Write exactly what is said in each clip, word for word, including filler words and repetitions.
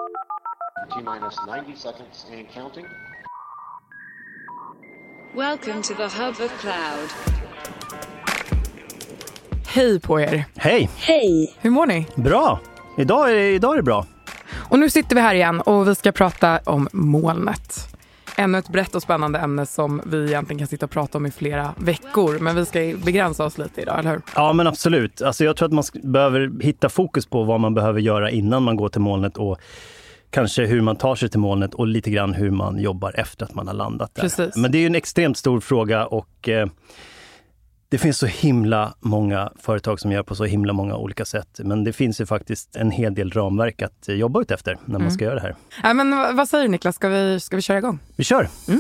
T-minus ninety seconds and counting. Welcome to the hub of cloud. Hej på er. Hej. Hej. Hur mår ni? Bra. Idag är, idag är det bra. Och nu sitter vi här igen och vi ska prata om molnet. Ännu ett brett och spännande ämne som vi egentligen kan sitta och prata om i flera veckor. Men vi ska begränsa oss lite idag, eller hur? Ja, men absolut. Alltså, jag tror att man ska, behöver hitta fokus på vad man behöver göra innan man går till molnet och kanske hur man tar sig till molnet och lite grann hur man jobbar efter att man har landat där. Precis. Men det är ju en extremt stor fråga och eh, det finns så himla många företag som gör på så himla många olika sätt. Men det finns ju faktiskt en hel del ramverk att jobba ut efter när man mm. ska göra det här. Ja, men vad säger du, Niklas? Ska vi, ska vi köra igång? Vi kör! Mm.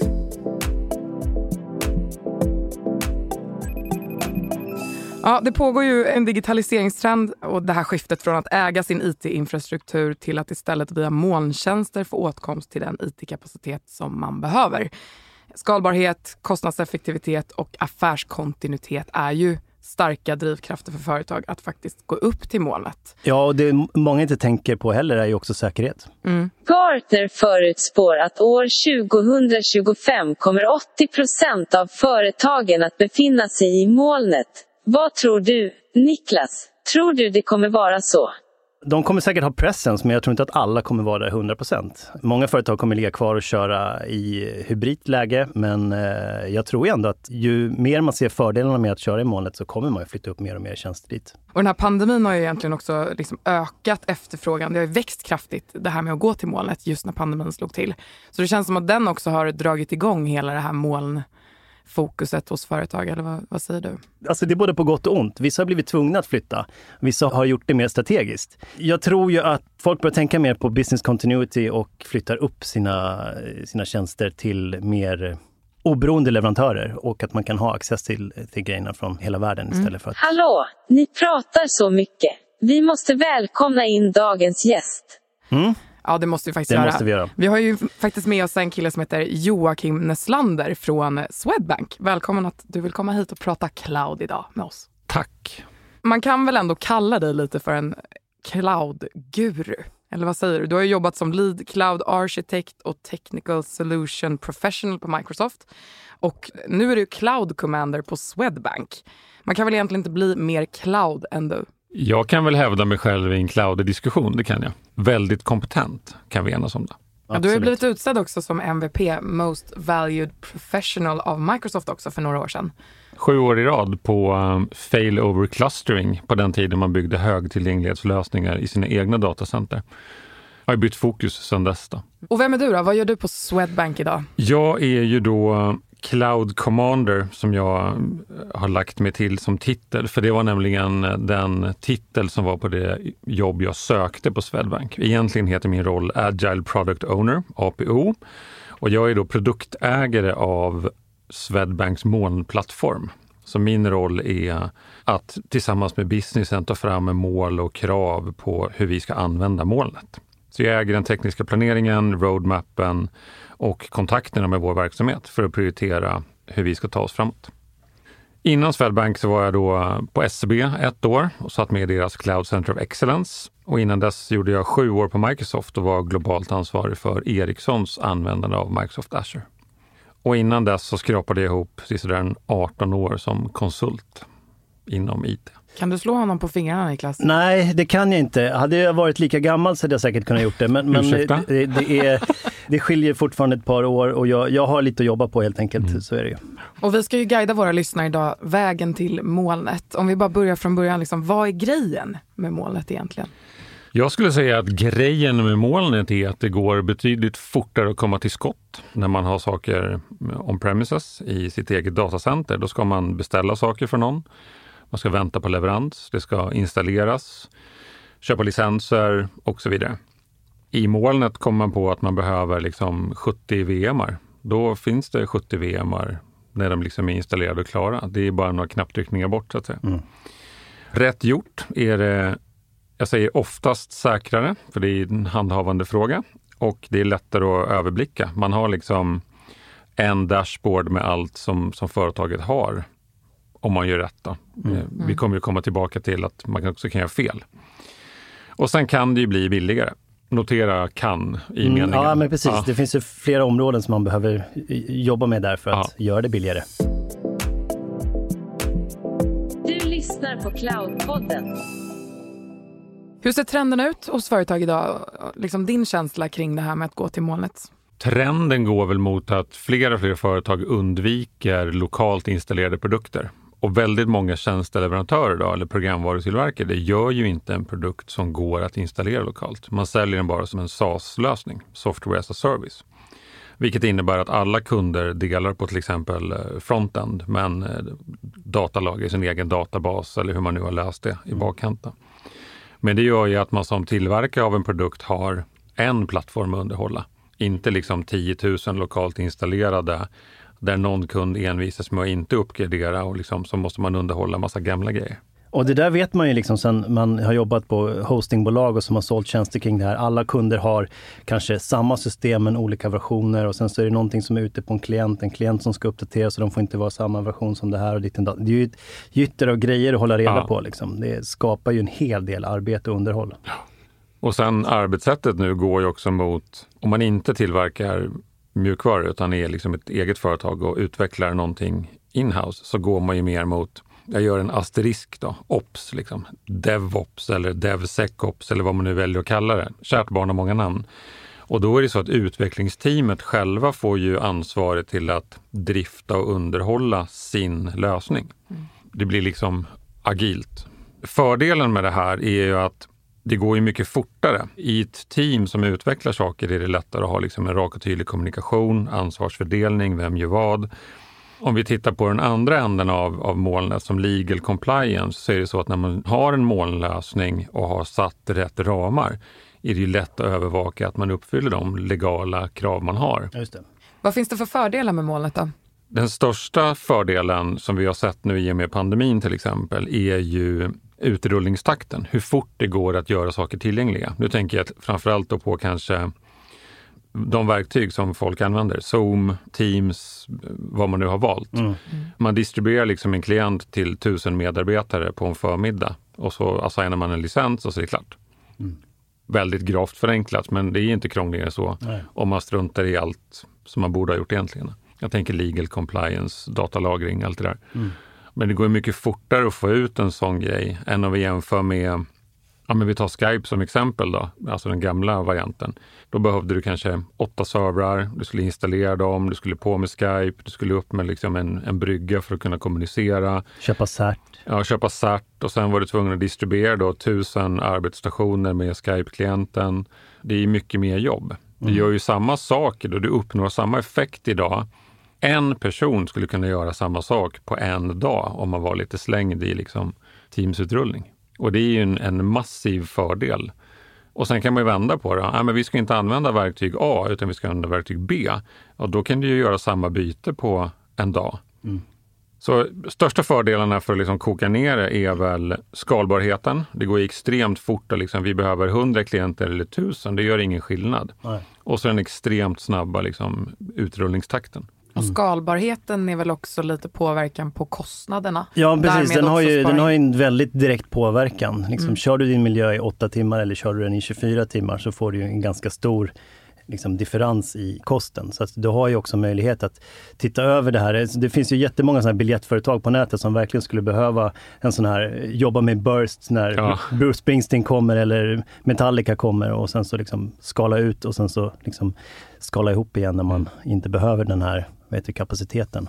Ja, det pågår ju en digitaliseringstrend och det här skiftet från att äga sin I T-infrastruktur till att istället via molntjänster få åtkomst till den I T-kapacitet som man behöver. Skalbarhet, kostnadseffektivitet och affärskontinuitet är ju starka drivkrafter för företag att faktiskt gå upp till molnet. Ja, och det många inte tänker på heller är ju också säkerhet. Mm. Gartner förutspår att år tjugohundratjugofem kommer åttio procent av företagen att befinna sig i molnet. Vad tror du, Niklas? Tror du det kommer vara så? De kommer säkert ha presence, men jag tror inte att alla kommer vara där hundra procent. Många företag kommer ligga kvar och köra i hybridläge, men eh, jag tror ändå att ju mer man ser fördelarna med att köra i molnet så kommer man ju flytta upp mer och mer tjänster dit. Och den här pandemin har ju egentligen också liksom ökat efterfrågan. Det har ju växt kraftigt det här med att gå till molnet just när pandemin slog till. Så det känns som att den också har dragit igång hela det här moln fokuset hos företag, eller vad, vad säger du? Alltså det är både på gott och ont. Vissa har blivit tvungna att flytta. Vissa har gjort det mer strategiskt. Jag tror ju att folk börjar tänka mer på business continuity och flyttar upp sina, sina tjänster till mer oberoende leverantörer och att man kan ha access till, till grejerna från hela världen istället mm. för att... Hallå, ni pratar så mycket. Vi måste välkomna in dagens gäst. Mm. Ja, det måste vi faktiskt det göra. Måste vi göra. Vi har ju faktiskt med oss en kille som heter Joakim Näslander från Swedbank. Välkommen att du vill komma hit och prata cloud idag med oss. Tack. Man kan väl ändå kalla dig lite för en cloud-guru? Eller vad säger du? Du har ju jobbat som lead cloud architect och technical solution professional på Microsoft. Och nu är du cloud commander på Swedbank. Man kan väl egentligen inte bli mer cloud än du? Jag kan väl hävda mig själv i en cloud-diskussion, det kan jag. Väldigt kompetent kan vi enas om det. Ja, du har ju blivit utsedd också som M V P, Most Valued Professional av Microsoft också för några år sedan. Sju år i rad på um, failover clustering på den tiden man byggde högtillgänglighetslösningar i sina egna datacenter. Jag har bytt fokus sedan dess då. Och vem är du då? Vad gör du på Swedbank idag? Jag är ju då Cloud Commander som jag har lagt mig till som titel. För det var nämligen den titel som var på det jobb jag sökte på Swedbank. Egentligen heter min roll Agile Product Owner, A P O. Och jag är då produktägare av Swedbanks molnplattform. Så min roll är att tillsammans med businessen ta fram mål och krav på hur vi ska använda molnet. Så jag äger den tekniska planeringen, roadmappen och kontakterna med vår verksamhet för att prioritera hur vi ska ta oss framåt. Innan Swedbank så var jag då på S C B ett år och satt med i deras Cloud Center of Excellence. Och innan dess gjorde jag sju år på Microsoft och var globalt ansvarig för Ericssons användande av Microsoft Azure. Och innan dess så skrapade jag ihop sådär arton år som konsult inom I T. Kan du slå honom på fingrarna, Niklas? Nej, det kan jag inte. Hade jag varit lika gammal så hade jag säkert kunnat gjort det. Men, men det, det, är, det skiljer fortfarande ett par år och jag, jag har lite att jobba på helt enkelt. Mm. Så är det ju. Och vi ska ju guida våra lyssnare idag vägen till molnet. Om vi bara börjar från början, liksom, vad är grejen med molnet egentligen? Jag skulle säga att grejen med molnet är att det går betydligt fortare att komma till skott när man har saker on-premises i sitt eget datacenter. Då ska man beställa saker för någon. Man ska vänta på leverans, det ska installeras, köpa licenser och så vidare. I molnet kommer man på att man behöver liksom sjuttio V M:ar. Då finns det sjuttio V M:ar när de liksom är installerade och klara. Det är bara några knapptryckningar bort så att säga. Mm. Rätt gjort är det, jag säger oftast säkrare, för det är en handhavande fråga. Och det är lättare att överblicka. Man har liksom en dashboard med allt som, som företaget har. Om man gör rätt då. Mm. Mm. Vi kommer ju komma tillbaka till att man också kan göra fel. Och sen kan det ju bli billigare. Notera kan i Mm, meningen. ja, men precis. Ja. Det finns ju flera områden som man behöver jobba med där för att Ja. göra det billigare. Du lyssnar på Cloudpodden. Hur ser trenderna ut hos företag idag? Liksom din känsla kring det här med att gå till molnet? Trenden går väl mot att fler och fler företag undviker lokalt installerade produkter. Och väldigt många tjänsteleverantörer då, eller programvarutillverkare, gör ju inte en produkt som går att installera lokalt. Man säljer den bara som en SaaS-lösning, Software as a Service. Vilket innebär att alla kunder delar på till exempel frontend, men datalager i sin egen databas eller hur man nu har löst det i bakkanten. Men det gör ju att man som tillverkare av en produkt har en plattform att underhålla. Inte liksom tio tusen lokalt installerade där någon kund envisas med att inte uppgradera och liksom så måste man underhålla en massa gamla grejer. Och det där vet man ju liksom sen man har jobbat på hostingbolag och som har sålt tjänster kring det här. Alla kunder har kanske samma system men olika versioner och sen så är det någonting som är ute på en klient, en klient som ska uppdateras så de får inte vara samma version som det här och ditt och det är ju ett gytter av grejer att hålla reda Ja. på liksom. Det skapar ju en hel del arbete och underhåll. Och sen arbetssättet nu går ju också mot, om man inte tillverkar mjukvaror utan är liksom ett eget företag och utvecklar någonting in-house så går man ju mer mot, jag gör en asterisk då, ops liksom, DevOps eller DevSecOps eller vad man nu väljer att kalla det. Kärt barn har många namn. Och då är det så att utvecklingsteamet själva får ju ansvaret till att drifta och underhålla sin lösning. Mm. Det blir liksom agilt. Fördelen med det här är ju att det går ju mycket fortare. I ett team som utvecklar saker är det lättare att ha liksom en rak och tydlig kommunikation, ansvarsfördelning, vem gör vad. Om vi tittar på den andra änden av, av molnet som legal compliance så är det så att när man har en molnlösning och har satt rätt ramar är det ju lätt att övervaka att man uppfyller de legala krav man har. Just det. Vad finns det för fördelar med molnet då? Den största fördelen som vi har sett nu i och med pandemin till exempel är ju utrullningstakten. Hur fort det går att göra saker tillgängliga. Nu tänker jag framförallt då på kanske de verktyg som folk använder. Zoom, Teams, vad man nu har valt. Mm. Man distribuerar liksom en klient till tusen medarbetare på en förmiddag. Och så assignar man en licens och så är det klart. Mm. Väldigt gravt förenklat men det är inte krångligare så. Nej. Om man struntar i allt som man borde ha gjort egentligen. Jag tänker legal compliance, datalagring, allt det där. Mm. Men det går mycket fortare att få ut en sån grej än om vi jämför med, ja men vi tar Skype som exempel då, alltså den gamla varianten. Då behövde du kanske åtta servrar, du skulle installera dem, du skulle på med Skype, du skulle upp med liksom en, en brygga för att kunna kommunicera. Köpa cert. Ja, köpa cert och sen var du tvungen att distribuera då tusen arbetsstationer med Skype-klienten. Det är mycket mer jobb. Du mm. gör ju samma saker och du uppnår samma effekt idag. En person skulle kunna göra samma sak på en dag om man var lite slängd i liksom Teams-utrullning. Och det är ju en, en massiv fördel. Och sen kan man ju vända på det. Ja, men vi ska inte använda verktyg A utan vi ska använda verktyg B. Och då kan du ju göra samma byte på en dag. Mm. Så största fördelarna för att liksom koka ner det är väl skalbarheten. Det går extremt fort. Liksom, vi behöver hundra klienter eller tusen. Det gör ingen skillnad. Nej. Och så den extremt snabba liksom, utrullningstakten. Och skalbarheten är väl också lite påverkan på kostnaderna. Ja, precis. Den har, ju, den har ju en väldigt direkt påverkan. Liksom, mm. Kör du din miljö i åtta timmar eller kör du den i tjugofyra timmar så får du ju en ganska stor liksom, differens i kosten. Så att du har ju också möjlighet att titta över det här. Det finns ju jättemånga sådana här biljettföretag på nätet som verkligen skulle behöva en sån här, jobba med bursts när ja. Bruce Springsteen kommer eller Metallica kommer och sen så liksom skala ut och sen så liksom skala ihop igen när man inte behöver den här vet du, kapaciteten.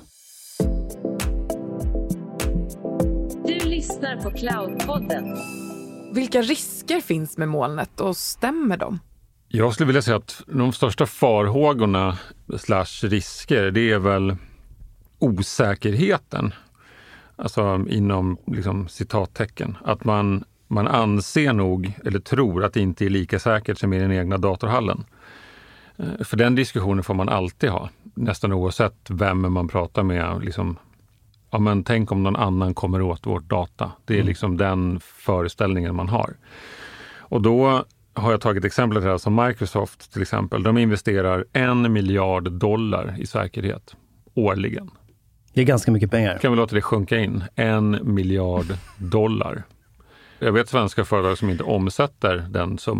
Du lyssnar på Cloudpodden. Vilka risker finns med molnet och stämmer de? Jag skulle vilja säga att de största farhågorna slash risker det är väl osäkerheten. Alltså inom liksom, citattecken. Att man, man anser nog eller tror att det inte är lika säkert som i den egna datorhallen. För den diskussionen får man alltid ha. Nästan oavsett vem man pratar med. Liksom, ja, men tänk om någon annan kommer åt vårt data. Det är mm. liksom den föreställningen man har. Och då har jag tagit exemplet här som Microsoft till exempel. De investerar en miljard dollar i säkerhet årligen. Det är ganska mycket pengar. Kan vi låta det sjunka in? En miljard dollar. Jag vet svenska företag som inte omsätter den summan.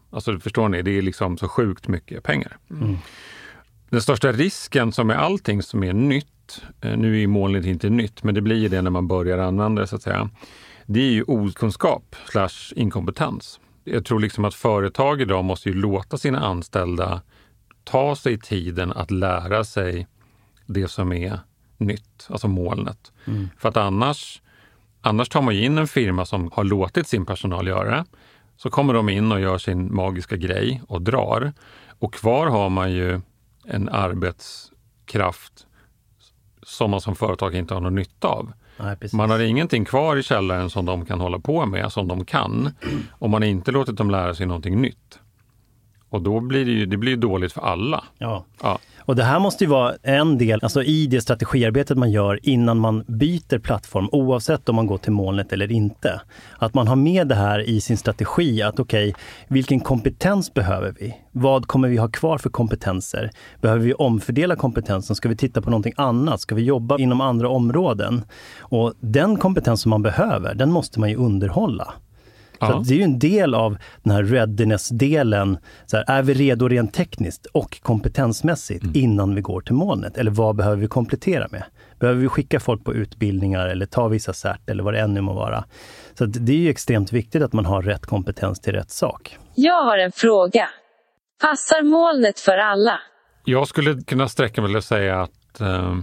Alltså förstår ni, det är liksom så sjukt mycket pengar. Mm. Den största risken som är allting som är nytt, nu är ju molnet inte nytt, men det blir det när man börjar använda det så att säga. Det är ju okunskap slash inkompetens. Jag tror liksom att företag idag måste ju låta sina anställda ta sig tiden att lära sig det som är nytt, alltså molnet. Mm. För att annars, annars tar man ju in en firma som har låtit sin personal göra det. Så kommer de in och gör sin magiska grej och drar. Och kvar har man ju en arbetskraft som man som företag inte har någon nytta av. Nej, man har ingenting kvar i källaren som de kan hålla på med, som de kan. Och man har inte låtit dem lära sig någonting nytt. Och då blir det ju det blir dåligt för alla. Ja. ja. Och det här måste ju vara en del, alltså i det strategiarbetet man gör innan man byter plattform, oavsett om man går till molnet eller inte. Att man har med det här i sin strategi, att okej, okay, vilken kompetens behöver vi? Vad kommer vi ha kvar för kompetenser? Behöver vi omfördela kompetensen? Ska vi titta på någonting annat? Ska vi jobba inom andra områden? Och den kompetens som man behöver, den måste man ju underhålla. Så Ja. det är ju en del av den här readiness-delen. Så här, är vi redo rent tekniskt och kompetensmässigt mm. innan vi går till molnet? Eller vad behöver vi komplettera med? Behöver vi skicka folk på utbildningar eller ta vissa cert eller vad det ännu må vara? Så det är ju extremt viktigt att man har rätt kompetens till rätt sak. Jag har en fråga. Passar molnet för alla? Jag skulle kunna sträcka mig till att säga att eh,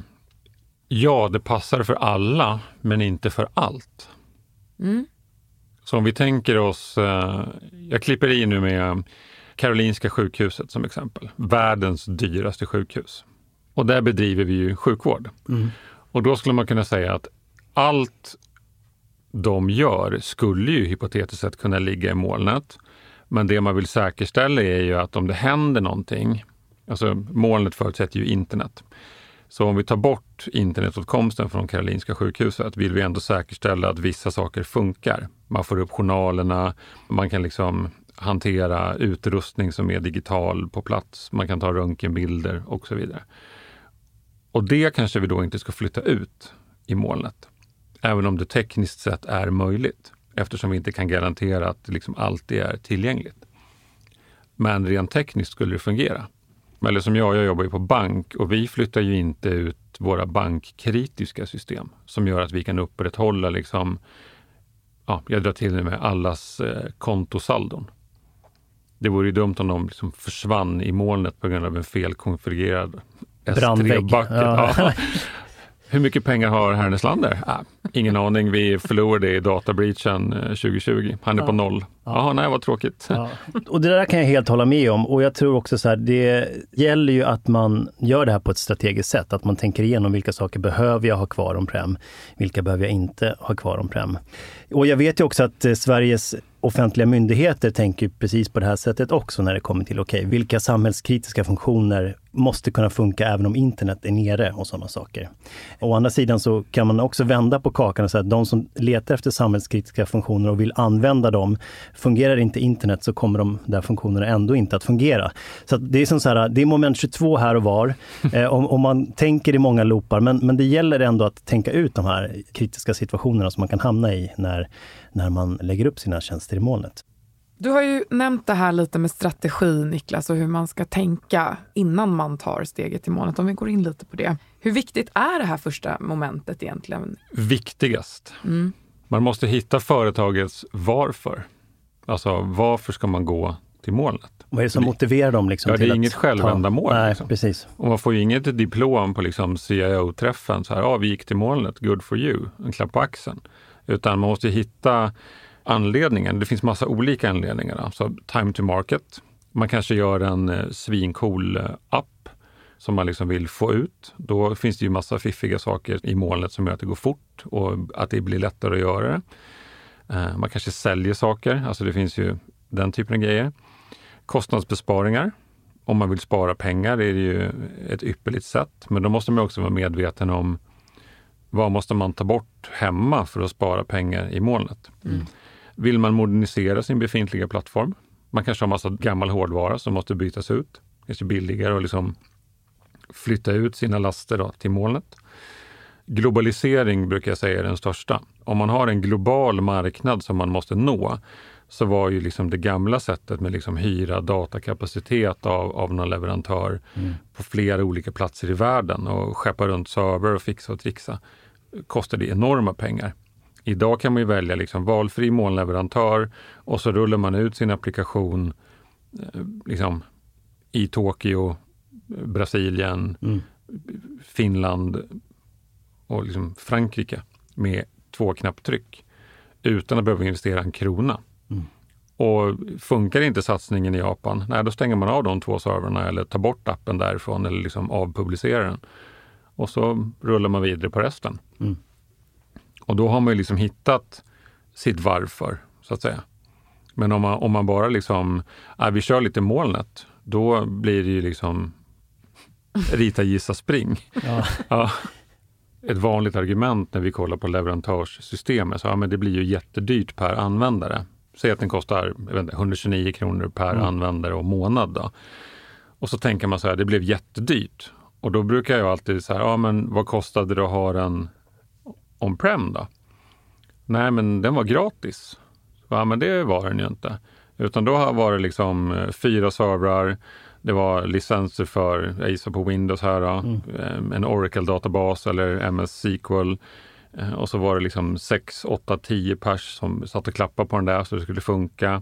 ja, det passar för alla, men inte för allt. Mm. Så om vi tänker oss, eh, jag klipper i nu med Karolinska sjukhuset som exempel. Världens dyraste sjukhus. Och där bedriver vi ju sjukvård. Mm. Och då skulle man kunna säga att allt de gör skulle ju hypotetiskt sett kunna ligga i molnet. Men det man vill säkerställa är ju att om det händer någonting, alltså molnet förutsätter ju internet. Så om vi tar bort internetåtkomsten från Karolinska sjukhuset vill vi ändå säkerställa att vissa saker funkar. Man får upp journalerna, man kan liksom hantera utrustning som är digital på plats, man kan ta röntgenbilder och så vidare. Och det kanske vi då inte ska flytta ut i molnet, även om det tekniskt sett är möjligt, eftersom vi inte kan garantera att liksom alltid är tillgängligt. Men rent tekniskt skulle det fungera. Eller som jag, jag jobbar ju på bank och vi flyttar ju inte ut våra bankkritiska system som gör att vi kan upprätthålla liksom, ja, jag drar till med allas eh, kontosaldon. Det vore ju dumt om de liksom försvann i molnet på grund av en felkonfigurerad S tre-bucket. Ja. Ja. Hur mycket pengar har Härnöslander? Ah, ingen aning, vi förlorade i databreachen tjugo tjugo. Han är ja. på noll. Jaha, nej vad tråkigt. Ja. Och det där kan jag helt hålla med om. Och jag tror också så här, det gäller ju att man gör det här på ett strategiskt sätt. Att man tänker igenom vilka saker behöver jag ha kvar on-prem. Vilka behöver jag inte ha kvar on-prem. Och jag vet ju också att eh, Sveriges offentliga myndigheter tänker precis på det här sättet också när det kommer till okej, okay, vilka samhällskritiska funktioner måste kunna funka även om internet är nere och sådana saker. Å andra sidan så kan man också vända på kakan och säga att de som letar efter samhällskritiska funktioner och vill använda dem, fungerar inte internet så kommer de där funktionerna ändå inte att fungera. Så att det är som så här, det är moment tjugotvå här och var eh, om, om man tänker i många loopar, men, men det gäller ändå att tänka ut de här kritiska situationerna som man kan hamna i när, när man lägger upp sina tjänster i molnet. Du har ju nämnt det här lite med strategi, Niklas, och hur man ska tänka innan man tar steget till molnet. Om vi går in lite på det. Hur viktigt är det här första momentet egentligen? Viktigast. Mm. Man måste hitta företagets varför. Alltså varför ska man gå till molnet? Vad är det som det, motiverar dem? Liksom, ja, till det är att inget självändamål. Nej, liksom. Precis. Och man får ju inget diplom på liksom C I O-träffen. Så här, ja, vi gick till molnet, good for you. En klapp på axeln. Utan man måste hitta anledningen. Det finns massa olika anledningar. Så time to market. Man kanske gör en eh, svincool eh, app som man liksom vill få ut. Då finns det ju massa fiffiga saker i molnet som gör att det går fort och att det blir lättare att göra det. Eh, man kanske säljer saker. Alltså det finns ju den typen av grejer. Kostnadsbesparingar. Om man vill spara pengar är det ju ett ypperligt sätt. Men då måste man också vara medveten om vad måste man ta bort hemma för att spara pengar i molnet. Mm. Vill man modernisera sin befintliga plattform? Man kanske har massa gammal hårdvara som måste bytas ut. Det är billigare att liksom flytta ut sina laster då till molnet. Globalisering brukar jag säga är den största. Om man har en global marknad som man måste nå så var ju liksom det gamla sättet med liksom hyra datakapacitet av, av någon leverantör mm. på flera olika platser i världen och skeppa runt server och fixa och trixa, kostade enorma pengar. Idag kan man ju välja liksom valfri molnleverantör och så rullar man ut sin applikation liksom i Tokyo, Brasilien, mm. Finland och liksom Frankrike med två knapptryck utan att behöva investera en krona. Mm. Och funkar inte satsningen i Japan, nej, då stänger man av de två serverna eller tar bort appen därifrån eller liksom avpublicerar den. Och så rullar man vidare på resten. Mm. Och då har man ju liksom hittat sitt varför, så att säga. Men om man, om man bara liksom, äh, vi kör lite molnet, då blir det ju liksom rita, gissa, spring. Ja. Ja. Ett vanligt argument när vi kollar på leverantörssystemet, så ja, men det blir ju jättedyrt per användare. Säg att den kostar jag vet inte, etthundratjugonio kronor per mm. användare och månad då. Och så tänker man så här, det blev jättedyrt. Och då brukar jag alltid säga, ja men vad kostade det att ha den on-prem då? Nej, men den var gratis. Ja, men det var den ju inte. Utan då var det liksom fyra servrar, det var licenser för, jag gissar på Windows här då, mm. en Oracle-databas eller M S S Q L. Och så var det liksom sex, åtta, tio pers som satt och klappade på den där så det skulle funka.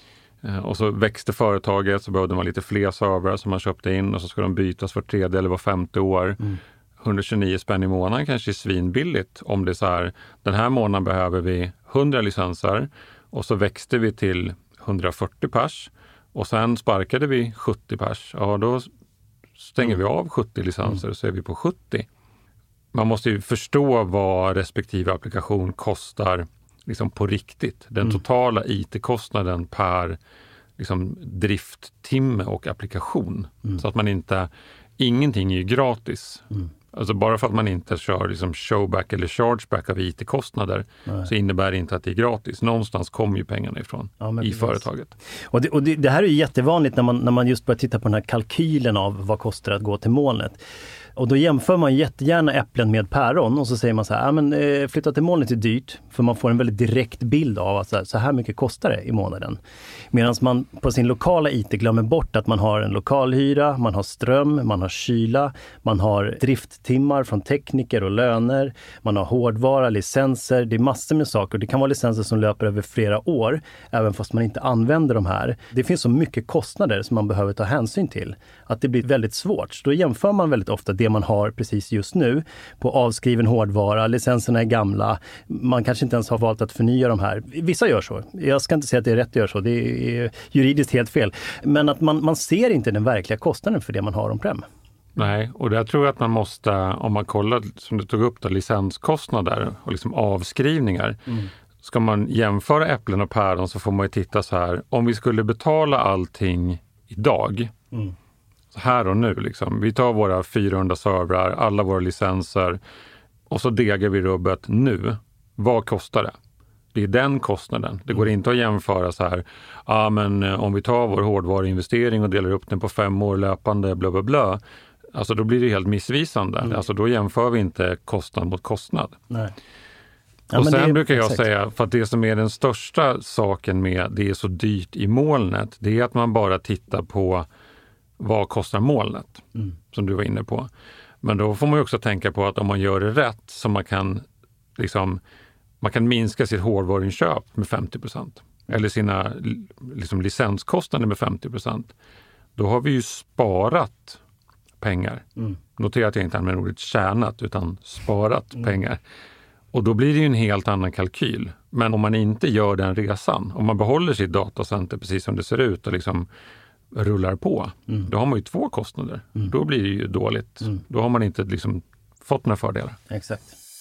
Och så växte företaget, så behövde man lite fler servrar som man köpte in och så skulle de bytas var tredje eller var femte år. Mm. etthundratjugonio spänn i månaden kanske är svinbilligt om det är så här, den här månaden behöver vi hundra licenser och så växte vi till hundrafyrtio pers och sen sparkade vi sjuttio pers. Ja, då stänger mm. vi av sjuttio licenser och så är vi på sjuttio. Man måste ju förstå vad respektive applikation kostar liksom på riktigt. Den mm. totala I T-kostnaden per liksom drifttimme och applikation. Mm. Så att man inte, ingenting är ju gratis. Mm. Alltså bara för att man inte kör liksom showback eller chargeback av I T-kostnader Nej. Så innebär det inte att det är gratis. Någonstans kommer ju pengarna ifrån ja, i precis. Företaget. Och, det, och det, det här är ju jättevanligt när man, när man just börjar titta på den här kalkylen av vad kostar det att gå till molnet. Och då jämför man jättegärna äpplen med päron och så säger man så här, ja, men eh, flytta till molnet är dyrt för man får en väldigt direkt bild av att så här, så här mycket kostar det i månaden. Medan man på sin lokala I T glömmer bort att man har en lokalhyra, man har ström, man har kyla, man har drifttimmar från tekniker och löner, man har hårdvara, licenser, det är massor med saker. Det kan vara licenser som löper över flera år, även fast man inte använder de här. Det finns så mycket kostnader som man behöver ta hänsyn till att det blir väldigt svårt. Så då jämför man väldigt ofta det man har precis just nu på avskriven hårdvara, licenserna är gamla, man kanske inte ens har valt att förnya de här. Vissa gör så. Jag ska inte säga att det är rätt att göra så, det är juridiskt helt fel. Men att man, man ser inte den verkliga kostnaden för det man har on-prem. Nej, och där tror jag att man måste, om man kollar som du tog upp då, licenskostnader och liksom avskrivningar, mm. ska man jämföra äpplen och päron så får man ju titta så här, om vi skulle betala allting idag, mm. här och nu liksom. Vi tar våra fyrahundra servrar, alla våra licenser och så degar vi rubbet nu. Vad kostar det? Det är den kostnaden. Det går inte att jämföra så här, ja men om vi tar vår hårdvaruinvestering och delar upp den på fem år löpande, bla bla bla. Alltså då blir det helt missvisande. Mm. Alltså då jämför vi inte kostnad mot kostnad. Nej. Ja, och sen brukar jag exakt. säga, för att det som är den största saken med det är så dyrt i molnet, det är att man bara tittar på vad kostar molnet, mm. som du var inne på. Men då får man ju också tänka på att om man gör det rätt så man kan liksom, man kan minska sitt hårdvaruinköp med femtio procent. Eller sina liksom, licenskostnader med femtio procent. Då har vi ju sparat pengar. Mm. Notera att jag inte använder ordet tjänat utan sparat mm. pengar. Och då blir det ju en helt annan kalkyl. Men om man inte gör den resan, om man behåller sitt datacenter precis som det ser ut och liksom rullar på, mm. då har man ju två kostnader. Mm. Då blir det ju dåligt. Mm. Då har man inte liksom fått några fördelar. Exakt.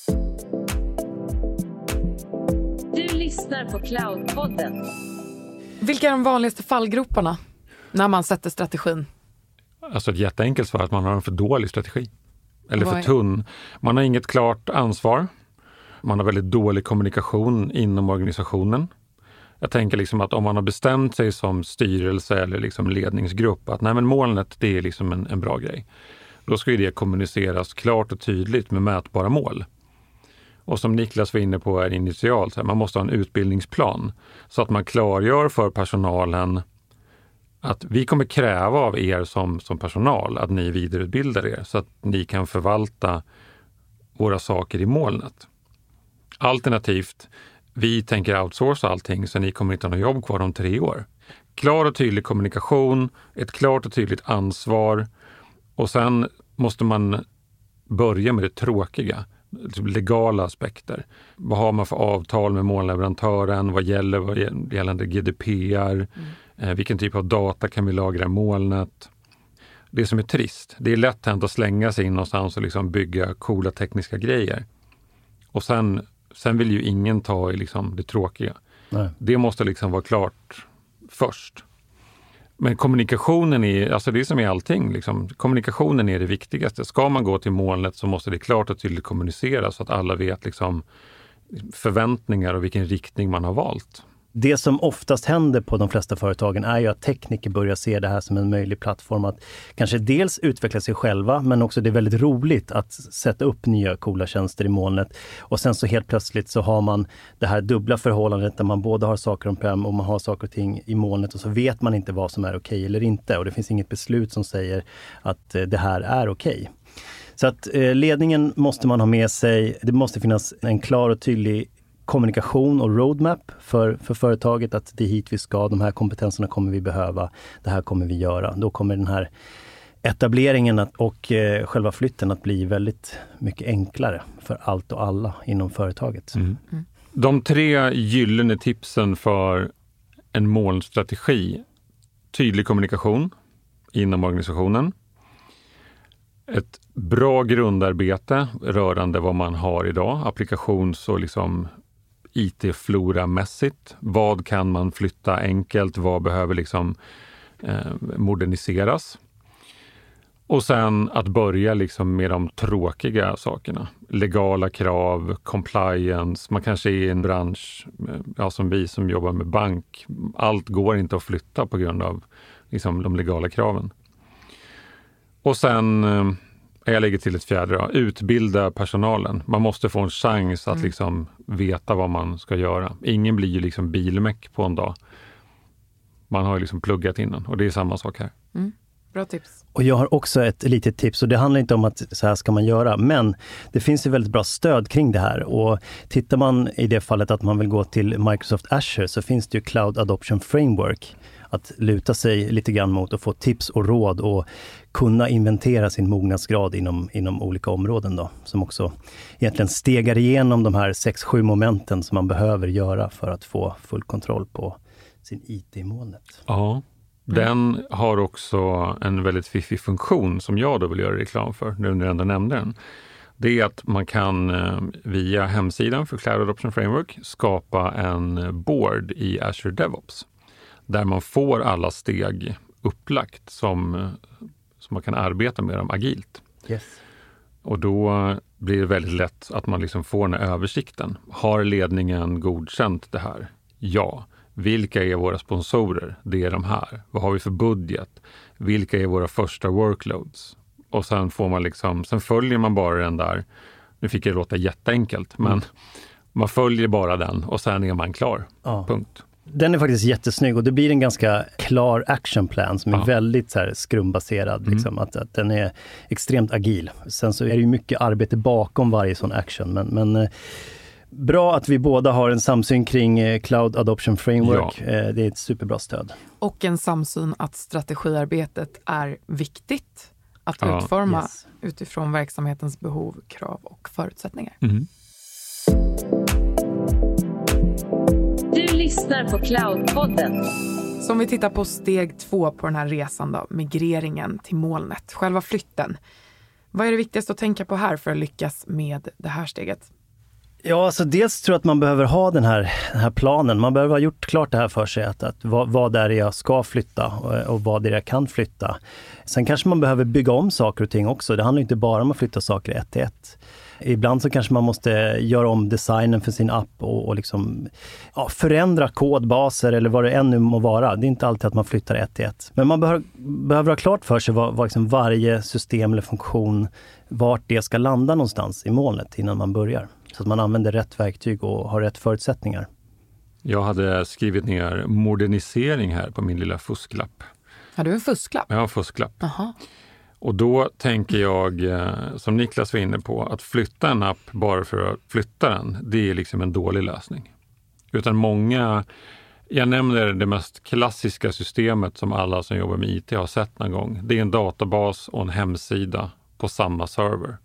Du lyssnar på Cloudpodden. Vilka är de vanligaste fallgroparna när man sätter strategin? Alltså ett jätteenkelt svar att man har en för dålig strategi. Eller för tunn. Man har inget klart ansvar. Man har väldigt dålig kommunikation inom organisationen. Jag tänker liksom att om man har bestämt sig som styrelse eller liksom ledningsgrupp att nej men molnet det är liksom en, en bra grej. Då ska ju det kommuniceras klart och tydligt med mätbara mål. Och som Niklas var inne på är initialt, man måste ha en utbildningsplan så att man klargör för personalen att vi kommer kräva av er som, som personal att ni vidareutbildar er så att ni kan förvalta våra saker i molnet. Alternativt, vi tänker outsourca allting så ni kommer inte ha något jobb kvar om tre år. Klar och tydlig kommunikation, ett klart och tydligt ansvar och sen måste man börja med det tråkiga, legala aspekter. Vad har man för avtal med molnleverantören? Vad gäller vad gällande G D P R? Mm. Eh, vilken typ av data kan vi lagra i molnet? Det som är trist, det är lätt hänt att slänga sig in någonstans och liksom bygga coola tekniska grejer. Och sen, sen vill ju ingen ta i liksom det tråkiga. Nej. Det måste liksom vara klart först. Men kommunikationen är, alltså det är som i allting, liksom, kommunikationen är det viktigaste. Ska man gå till molnet så måste det klart och tydligt kommuniceras så att alla vet liksom förväntningar och vilken riktning man har valt. Det som oftast händer på de flesta företagen är ju att tekniker börjar se det här som en möjlig plattform att kanske dels utveckla sig själva, men också det är väldigt roligt att sätta upp nya coola tjänster i molnet. Och sen så helt plötsligt så har man det här dubbla förhållandet där man både har saker on-prem och man har saker och ting i molnet och så vet man inte vad som är okej eller inte. Och det finns inget beslut som säger att det här är okej. Så att eh, ledningen måste man ha med sig. Det måste finnas en klar och tydlig kommunikation och roadmap för, för företaget att det är hit vi ska, de här kompetenserna kommer vi behöva, det här kommer vi göra. Då kommer den här etableringen att, och eh, själva flytten att bli väldigt mycket enklare för allt och alla inom företaget. Mm. Mm. De tre gyllene tipsen för en molnstrategi: tydlig kommunikation inom organisationen, ett bra grundarbete rörande vad man har idag, applikations- och liksom I T-flora-mässigt. Vad kan man flytta enkelt? Vad behöver liksom eh, moderniseras? Och sen att börja liksom med de tråkiga sakerna. Legala krav, compliance. Man kanske är i en bransch, ja, som vi som jobbar med bank. Allt går inte att flytta på grund av liksom, de legala kraven. Och sen... Eh, Jag lägger till ett fjärde då. Utbilda personalen. Man måste få en chans att mm. liksom veta vad man ska göra. Ingen blir ju liksom bilmäck på en dag. Man har ju liksom pluggat innan. Och det är samma sak här. Mm. Bra tips. Och jag har också ett litet tips. Och det handlar inte om att så här ska man göra. Men det finns ju väldigt bra stöd kring det här. Och tittar man i det fallet att man vill gå till Microsoft Azure så finns det ju Cloud Adoption Framework att luta sig lite grann mot och få tips och råd och kunna inventera sin mognadsgrad inom, inom olika områden då, som också egentligen stegar igenom de här sex, sju momenten som man behöver göra för att få full kontroll på sin I T i molnet. Ja, den har också en väldigt fiffig funktion som jag då vill göra reklam för, nu när jag ändå nämnde den. Det är att man kan via hemsidan för Cloud Adoption Framework skapa en board i Azure DevOps. Där man får alla steg upplagt som, som man kan arbeta med dem agilt. Yes. Och då blir det väldigt lätt att man liksom får den här översikten. Har ledningen godkänt det här? Ja. Vilka är våra sponsorer? Det är de här. Vad har vi för budget? Vilka är våra första workloads? Och sen får man liksom, sen följer man bara den där. Nu fick det låta jätteenkelt, men mm. man följer bara den och sen är man klar. Ja. Punkt. Den är faktiskt jättesnygg och det blir en ganska klar actionplan som är ja. väldigt så här skrumbaserad. Mm. Liksom, att, att den är extremt agil. Sen så är det ju mycket arbete bakom varje sån action. Men, men eh, bra att vi båda har en samsyn kring eh, Cloud Adoption Framework. Ja. Eh, det är ett superbra stöd. Och en samsyn att strategiarbetet är viktigt att ja. utforma yes. utifrån verksamhetens behov, krav och förutsättningar. Mm. Du lyssnar på Cloudpodden. Så om vi tittar på steg två på den här resan då, migreringen till molnet, själva flytten. Vad är det viktigaste att tänka på här för att lyckas med det här steget? Ja, alltså dels tror jag att man behöver ha den här, den här planen. Man behöver ha gjort klart det här för sig, att, att vad, vad är det jag ska flytta och, och vad är det jag kan flytta. Sen kanske man behöver bygga om saker och ting också. Det handlar inte bara om att flytta saker ett till ett. Ibland så kanske man måste göra om designen för sin app och, och liksom, ja, förändra kodbaser eller vad det ännu må vara. Det är inte alltid att man flyttar ett till ett. Men man behöver, behöver ha klart för sig vad, vad liksom varje system eller funktion, vart det ska landa någonstans i molnet innan man börjar. Så att man använder rätt verktyg och har rätt förutsättningar. Jag hade skrivit ner modernisering här på min lilla fusklapp. Har du en fusklapp? Jag har en fusklapp. Aha. Och då tänker jag, som Niklas var inne på, att flytta en app bara för att flytta den, det är liksom en dålig lösning. Utan många, jag nämner det mest klassiska systemet som alla som jobbar med I T har sett någon gång. Det är en databas och en hemsida på samma server.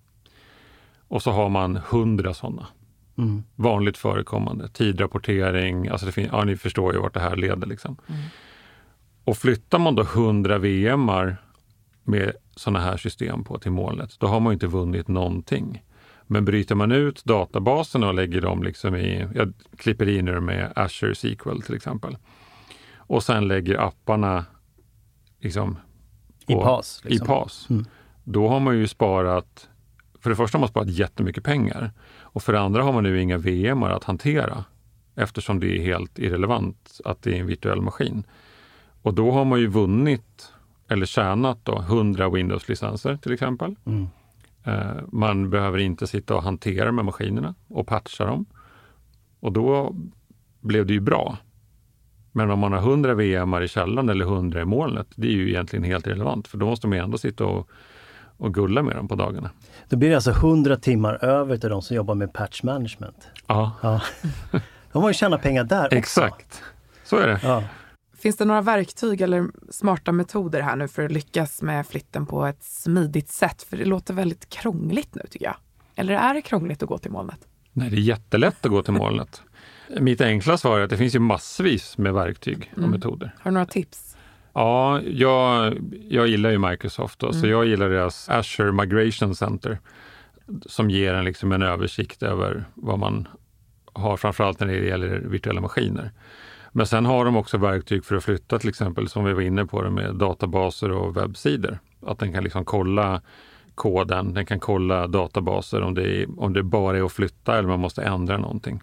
Och så har man hundra sådana. Mm. Vanligt förekommande. Tidrapportering, alltså det fin- ja, ni förstår ju vart det här leder liksom. Mm. Och flyttar man då hundra V M:ar med sådana här system på till molnet, då har man ju inte vunnit någonting. Men bryter man ut databaserna och lägger dem liksom i, jag klipper in nu med Azure S Q L till exempel. Och sen lägger apparna liksom på, I PaaS. Liksom. I PaaS. Mm. Då har man ju sparat, för det första har man sparat jättemycket pengar. Och för det andra har man nu inga V M:ar att hantera. Eftersom det är helt irrelevant att det är en virtuell maskin. Och då har man ju vunnit eller tjänat då hundra Windows-licenser till exempel. Mm. Eh, man behöver inte sitta och hantera med maskinerna och patcha dem. Och då blev det ju bra. Men om man har hundra V M:ar i källan eller hundra i molnet, det är ju egentligen helt irrelevant. För då måste man ändå sitta och, och gulla med dem på dagarna. Då blir det alltså hundra timmar över till de som jobbar med patch management. Ja. ja. De har ju tjänat pengar där också. Exakt, så är det. Ja. Finns det några verktyg eller smarta metoder här nu för att lyckas med flytten på ett smidigt sätt? För det låter väldigt krångligt nu tycker jag. Eller är det krångligt att gå till molnet? Nej, det är jättelätt att gå till molnet. Mitt enkla svar är att det finns ju massvis med verktyg och mm. metoder. Har du några tips? Ja, jag, jag gillar ju Microsoft då, mm. så jag gillar deras Azure Migration Center som ger en, liksom en översikt över vad man har framförallt när det gäller virtuella maskiner. Men sen har de också verktyg för att flytta till exempel, som vi var inne på det med databaser och webbsidor. Att den kan liksom kolla koden, den kan kolla databaser om det, är, om det bara är att flytta eller man måste ändra någonting.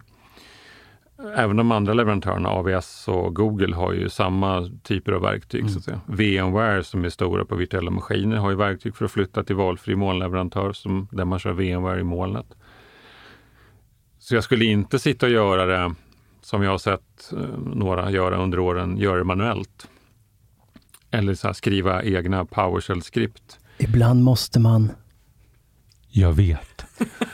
Även de andra leverantörerna, A W S och Google, har ju samma typer av verktyg. Mm. Så att säga. VMware som är stora på virtuella maskiner har ju verktyg för att flytta till valfri molnleverantör som, där man kör VMware i molnet. Så jag skulle inte sitta och göra det som jag har sett eh, några göra under åren, göra det manuellt. Eller så här, skriva egna PowerShell-skript. Ibland måste man. Jag vet.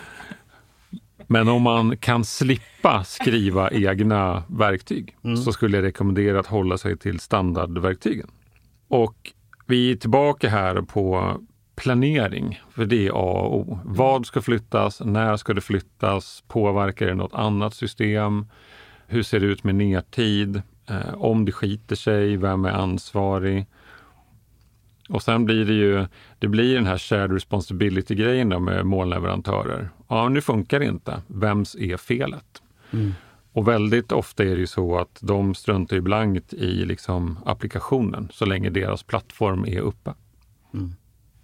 Men om man kan slippa skriva egna verktyg mm. så skulle jag rekommendera att hålla sig till standardverktygen. Och vi är tillbaka här på planering, för det är A och O. Vad ska flyttas? När ska det flyttas? Påverkar det något annat system? Hur ser det ut med nertid? Eh, om det skiter sig, vem är ansvarig? Och sen blir det ju, det blir den här shared responsibility-grejen då med molnleverantörer. Ja, nu funkar det inte. Vems är felet? Mm. Och väldigt ofta är det ju så att de struntar ju blankt i liksom applikationen så länge deras plattform är uppe. Mm.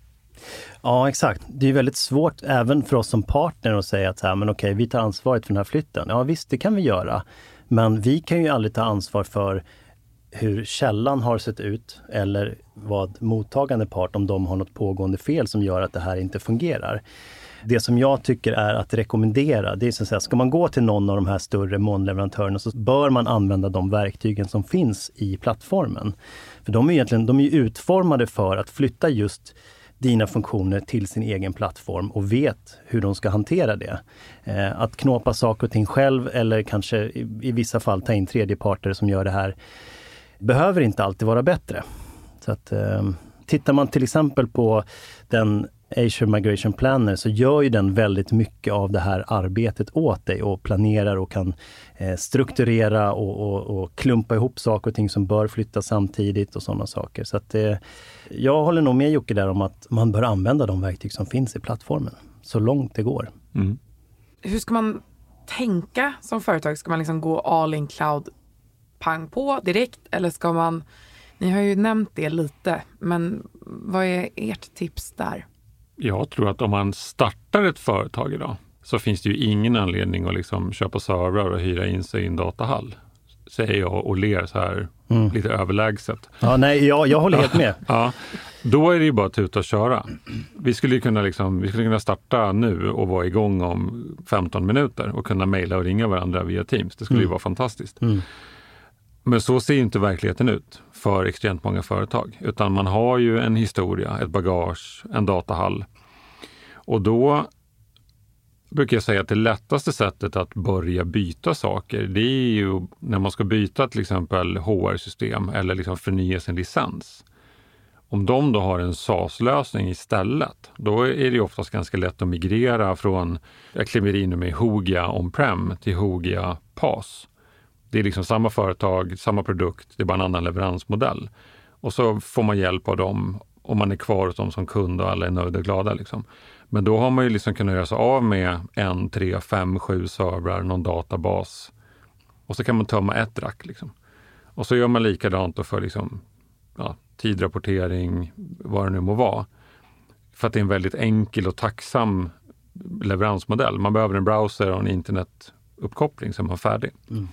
Ja, exakt. Det är väldigt svårt även för oss som partner att säga att så här, men okej, vi tar ansvaret för den här flytten. Ja visst, det kan vi göra. Men vi kan ju aldrig ta ansvar för hur källan har sett ut eller vad mottagande part, om de har något pågående fel som gör att det här inte fungerar. Det som jag tycker är att rekommendera, det är så att säga, ska man gå till någon av de här större molnleverantörerna så bör man använda de verktygen som finns i plattformen. För de är egentligen de är utformade för att flytta just dina funktioner till sin egen plattform och vet hur de ska hantera det. Eh, att knåpa saker och ting själv eller kanske i, i vissa fall ta in tredjeparter som gör det här behöver inte alltid vara bättre. Så att, eh, tittar man till exempel på den Azure Migration Planner så gör ju den väldigt mycket av det här arbetet åt dig och planerar och kan eh, strukturera och, och, och klumpa ihop saker och ting som bör flyttas samtidigt och sådana saker. Så att, eh, jag håller nog med Jocke där om att man bör använda de verktyg som finns i plattformen så långt det går. Mm. Hur ska man tänka som företag? Ska man liksom gå all in cloud pang på direkt eller ska man, ni har ju nämnt det lite, men vad är ert tips där? Jag tror att om man startar ett företag idag så finns det ju ingen anledning att liksom köpa servrar och hyra in sig i en datahall. Säger jag och ler så här mm. lite överlägset. Ja, nej, jag, jag håller helt med. Ja, då är det ju bara att tuta och köra. Vi skulle kunna, liksom, vi skulle kunna starta nu och vara igång om femton minuter och kunna mejla och ringa varandra via Teams. Det skulle mm. ju vara fantastiskt. Mm. Men så ser ju inte verkligheten ut för extremt många företag. Utan man har ju en historia, ett bagage, en datahall. Och då brukar jag säga att det lättaste sättet att börja byta saker, det är ju när man ska byta till exempel H R-system eller liksom förnya sin licens. Om de då har en SaaS-lösning istället, då är det ju oftast ganska lätt att migrera från, jag kliver in med Hogia on-prem till Hogia PaaS. Det är liksom samma företag, samma produkt, det är bara en annan leveransmodell. Och så får man hjälp av dem om man är kvar hos dem som kund och alla är nöjda och glada liksom. Men då har man ju liksom kunnat göra sig av med en, tre, fem, sju servrar, någon databas. Och så kan man tömma ett rack liksom. Och så gör man likadant då för liksom, ja, tidrapportering, vad det nu må vara. För att det är en väldigt enkel och tacksam leveransmodell. Man behöver en browser och en internetuppkoppling som är färdig. Mm.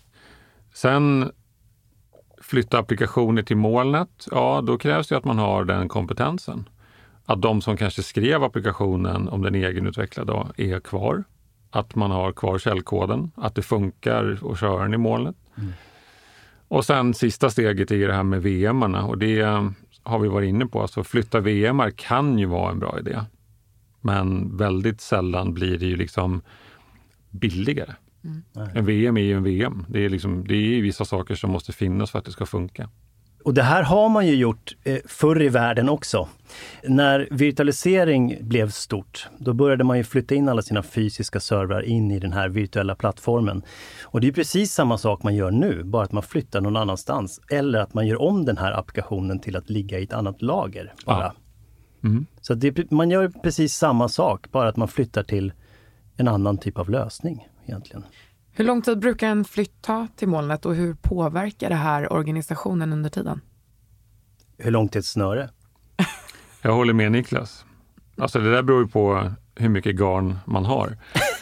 Sen flytta applikationer till molnet, ja då krävs det att man har den kompetensen. Att de som kanske skrev applikationen, om den är egenutvecklad då, är kvar. Att man har kvar källkoden, att det funkar och köra den i molnet. Mm. Och sen sista steget är det här med V M-arna och det har vi varit inne på. Alltså flytta V M-ar kan ju vara en bra idé. Men väldigt sällan blir det ju liksom billigare. Mm. En V M är ju en V M. Det är, liksom, det är vissa saker som måste finnas för att det ska funka. Och det här har man ju gjort eh, förr i världen också. När virtualisering blev stort, då började man ju flytta in alla sina fysiska servrar in i den här virtuella plattformen. Och det är precis samma sak man gör nu, bara att man flyttar någon annanstans. Eller att man gör om den här applikationen till att ligga i ett annat lager bara. Ja. Mm. Så det, man gör precis samma sak, bara att man flyttar till en annan typ av lösning egentligen. Hur lång tid brukar en flytt ta till molnet och hur påverkar det här organisationen under tiden? Hur långt är ett snöre? Jag håller med Niklas. Alltså det där beror ju på hur mycket garn man har.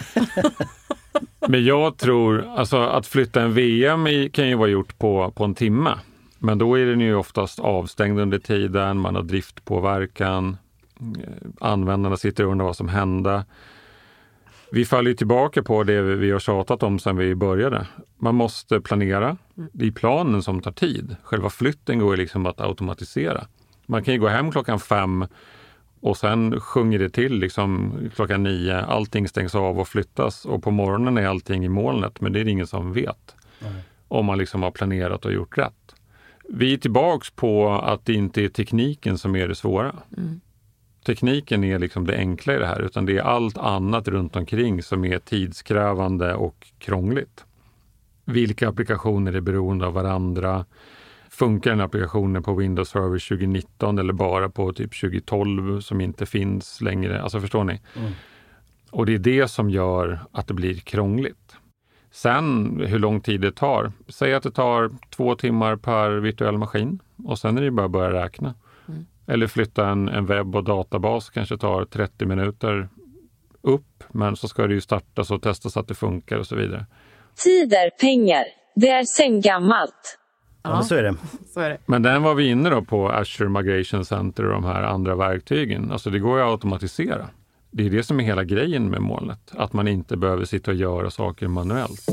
Men jag tror, alltså att flytta en V M i, kan ju vara gjort på, på en timme. Men då är den ju oftast avstängd under tiden, man har driftpåverkan, användarna sitter och undrar vad som hände. Vi faller tillbaka på det vi har tjatat om sedan vi började. Man måste planera. Det är planen som tar tid. Själva flytten går liksom att automatisera. Man kan ju gå hem klockan fem och sen sjunger det till liksom klockan nio. Allting stängs av och flyttas och på morgonen är allting i molnet, men det är det ingen som vet. Mm. Om man liksom har planerat och gjort rätt. Vi är tillbaks på att det inte är tekniken som är det svåra. Mm. Tekniken är liksom det enkla i det här, utan det är allt annat runt omkring som är tidskrävande och krångligt. Vilka applikationer är beroende av varandra? Funkar den applikationen på Windows Server tjugonitton eller bara på typ tjugotolv som inte finns längre? Alltså förstår ni? Mm. Och det är det som gör att det blir krångligt. Sen hur lång tid det tar. Säg att det tar två timmar per virtuell maskin och sen är det bara att börja räkna. Mm. Eller flytta en, en webb- och databas kanske tar trettio minuter upp, men så ska det ju startas och testas att det funkar och så vidare. Tid är pengar. Det är sen gammalt. Ja, ja så, är det. så är det. Men den var vi inne då på Azure Migration Center och de här andra verktygen. Alltså det går ju att automatisera. Det är det som är hela grejen med molnet. Att man inte behöver sitta och göra saker manuellt.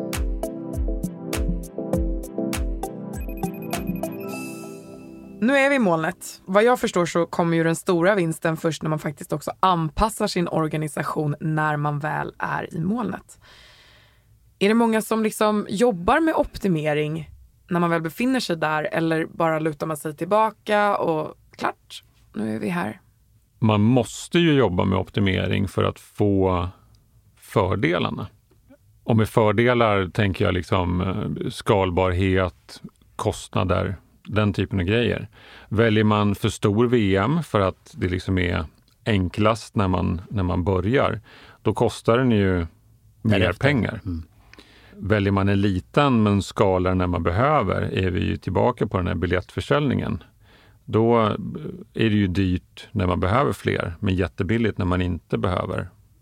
Nu är vi i molnet. Vad jag förstår så kommer ju den stora vinsten först när man faktiskt också anpassar sin organisation när man väl är i molnet. Är det många som liksom jobbar med optimering när man väl befinner sig där eller bara lutar man sig tillbaka och klart, nu är vi här? Man måste ju jobba med optimering för att få fördelarna. Och med fördelar tänker jag liksom skalbarhet, kostnader, den typen av grejer. Väljer man för stor V M för att det liksom är enklast när man, när man börjar, då kostar den ju mer Därefter. pengar. Mm. Väljer man en liten men skalar när man behöver, är vi ju tillbaka på den här biljettförsäljningen. Då är det ju dyrt när man behöver fler, men jättebilligt när man inte behöver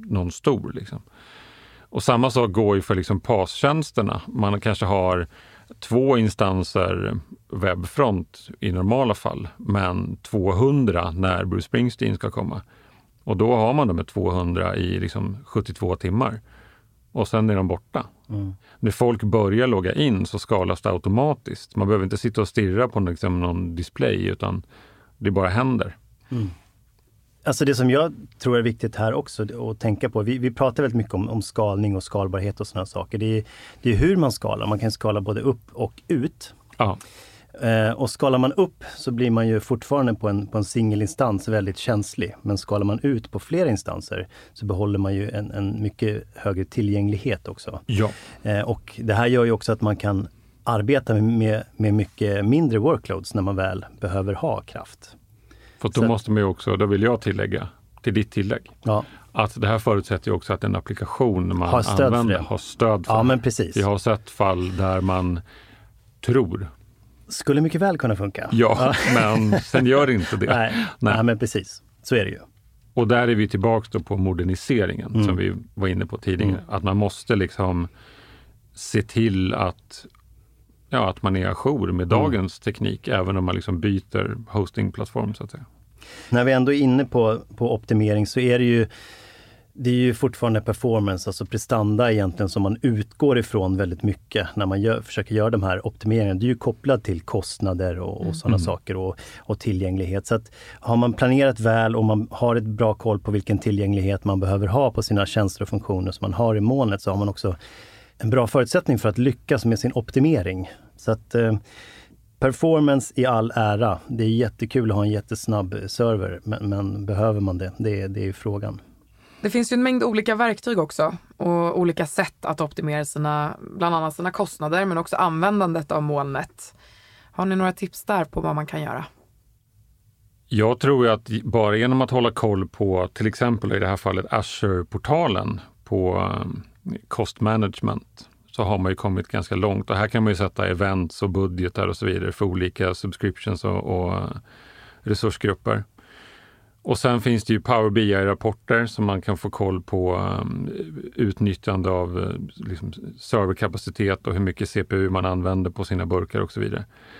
någon stor. Liksom. Och samma sak går ju för liksom PaaS-tjänsterna. Man kanske har två instanser webbfront i normala fall, men tvåhundra när Bruce Springsteen ska komma. Och då har man de med tvåhundra i liksom sjuttiotvå timmar. Och sen är de borta. Mm. När folk börjar logga in så skalas det automatiskt. Man behöver inte sitta och stirra på liksom någon display, utan det bara händer. Mm. Alltså det som jag tror är viktigt här också att tänka på, vi, vi pratar väldigt mycket om, om skalning och skalbarhet och sådana saker. Det är, det är hur man skalar. Man kan skala både upp och ut. Ja. Eh, och skalar man upp så blir man ju fortfarande på en, på en singelinstans väldigt känslig. Men skalar man ut på flera instanser så behåller man ju en, en mycket högre tillgänglighet också. Ja. Eh, och det här gör ju också att man kan arbeta med, med mycket mindre workloads när man väl behöver ha kraft. För då så, måste man ju också, då vill jag tillägga till ditt tillägg, ja. att det här förutsätter ju också att en applikation man har stöd använder för det. har stöd för ja, det. Men precis. Vi har sett fall där man tror. Skulle mycket väl kunna funka. Ja, men sen gör inte det. Nej, nej. nej, men precis. Så är det ju. Och där är vi tillbaka då på moderniseringen mm. som vi var inne på tidigare. Mm. Att man måste liksom se till att, ja, att man är ajour med dagens mm. teknik, även om man liksom byter hostingplattform så att säga. När vi ändå är inne på, på optimering så är det ju det är ju fortfarande performance, alltså prestanda egentligen, som man utgår ifrån väldigt mycket när man gör, försöker göra de här optimeringarna. Det är ju kopplat till kostnader och, och sådana mm. saker och, och tillgänglighet. Så att har man planerat väl och man har ett bra koll på vilken tillgänglighet man behöver ha på sina tjänster och funktioner som man har i molnet, så har man också en bra förutsättning för att lyckas med sin optimering. Så att eh, performance i all ära, det är jättekul att ha en jättesnabb server, men, men behöver man det? Det är, det är ju frågan. Det finns ju en mängd olika verktyg också och olika sätt att optimera sina, bland annat sina kostnader, men också användandet av molnet. Har ni några tips där på vad man kan göra? Jag tror att bara genom att hålla koll på till exempel i det här fallet Azure-portalen på cost management, så har man ju kommit ganska långt. Och här kan man ju sätta events och budgetar och så vidare för olika subscriptions och, och resursgrupper. Och sen finns det ju Power B I-rapporter som man kan få koll på um, utnyttjande av uh, liksom serverkapacitet och hur mycket C P U man använder på sina burkar och så vidare.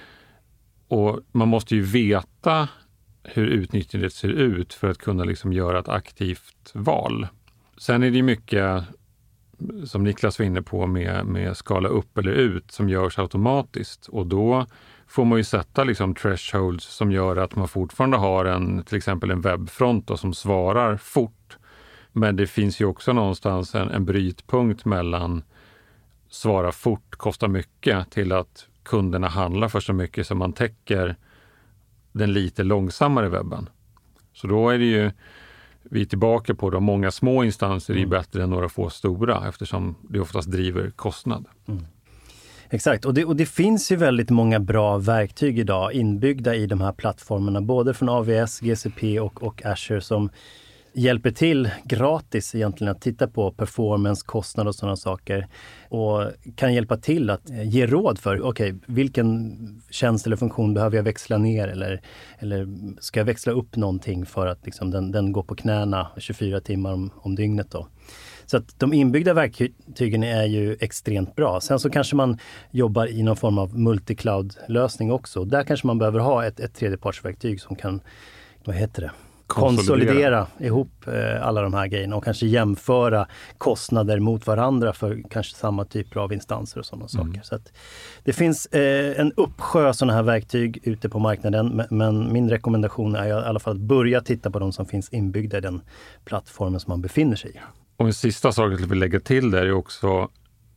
Och man måste ju veta hur utnyttjandet ser ut för att kunna liksom göra ett aktivt val. Sen är det ju mycket, som Niklas var inne på, med, med skala upp eller ut som görs automatiskt. Och då får man ju sätta liksom thresholds som gör att man fortfarande har en, till exempel en webbfront då, som svarar fort. Men det finns ju också någonstans en, en brytpunkt mellan svara fort, kostar mycket, till att kunderna handlar för så mycket som man täcker den lite långsammare webben. Så då är det ju, vi är tillbaka på de många små instanser är mm. bättre än några få stora, eftersom det oftast driver kostnad. Mm. Exakt, och det, och det finns ju väldigt många bra verktyg idag inbyggda i de här plattformarna, både från A V S, G C P och, och Azure, som hjälper till gratis egentligen att titta på performance, kostnad och sådana saker, och kan hjälpa till att ge råd för okej, okay, vilken tjänst eller funktion behöver jag växla ner, eller, eller ska jag växla upp någonting för att liksom den, den går på knäna tjugofyra timmar om, om dygnet då. Så att de inbyggda verktygen är ju extremt bra. Sen så kanske man jobbar i någon form av multi-cloud-lösning också. Där kanske man behöver ha ett, ett tredjepartsverktyg som kan, vad heter det? Konsolidera, Konsolidera ihop eh, alla de här grejerna och kanske jämföra kostnader mot varandra för kanske samma typer av instanser och sådana mm. saker. Så att det finns eh, en uppsjö sådana här verktyg ute på marknaden, men, men min rekommendation är i alla fall att börja titta på de som finns inbyggda i den plattformen som man befinner sig i. Och en sista sak jag vill lägga till där är också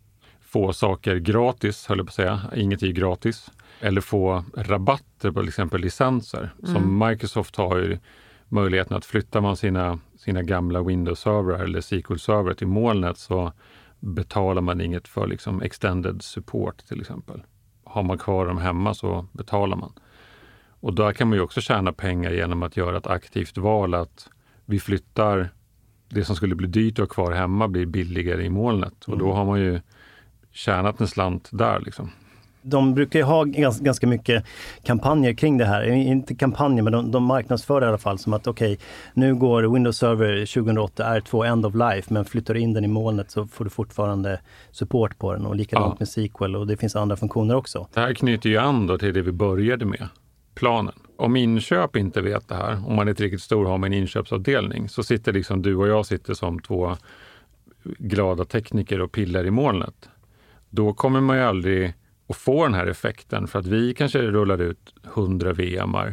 få saker gratis, höll jag på att säga. Inget är gratis. Eller få rabatter på till exempel licenser. Mm. Som Microsoft har ju möjligheten att flyttar man sina, sina gamla Windows-servrar eller S Q L-servrar till molnet, så betalar man inget för liksom extended support till exempel. Har man kvar dem hemma så betalar man. Och där kan man ju också tjäna pengar genom att göra ett aktivt val att vi flyttar det som skulle bli dyrt att ha kvar hemma blir billigare i molnet. Och då har man ju tjänat en slant där liksom. De brukar ju ha gans, ganska mycket kampanjer kring det här. Inte kampanjer, men de, de marknadsför i alla fall som att okej, okay, nu går Windows Server tjugohundraåtta R två End of Life, men flyttar in den i molnet så får du fortfarande support på den och likadant ja. med S Q L och det finns andra funktioner också. Det här knyter ju an då till det vi började med, planen. Om inköp inte vet det här, om man är tillräckligt stor och har en inköpsavdelning, så sitter liksom du och jag sitter som två glada tekniker och pillar i molnet. Då kommer man ju aldrig att få den här effekten, för att vi kanske rullar ut hundra V M-ar